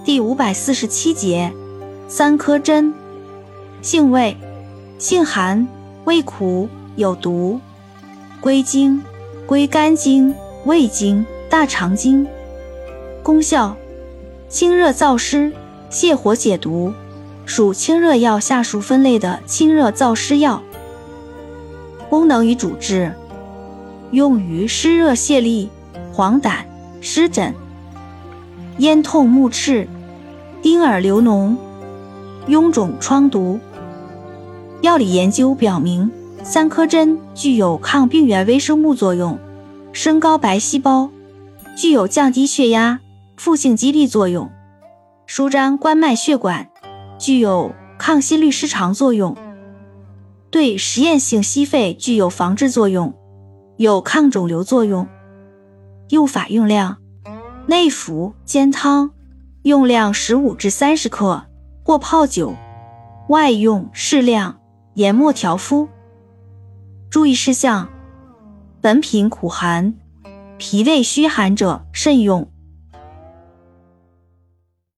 第547节，三颗针。性味，性寒，味苦，有毒。归经，归肝经、胃经、大肠经。功效，清热燥湿，泻火解毒，属清热药下属分类的清热燥湿药。功能与主治，用于湿热泄痢、黄疸、湿疹、咽痛目赤、丁耳流脓、臃肿疮毒。药理研究表明，三颗针具有抗病原微生物作用，升高白细胞，具有降低血压、负性激励作用，舒张关脉血管，具有抗心律失常作用，对实验性息肺具有防治作用，有抗肿瘤作用。用法用量，内服煎汤，用量15至30克，或泡酒；外用适量，研末调敷。注意事项，本品苦寒，脾胃虚寒者慎用。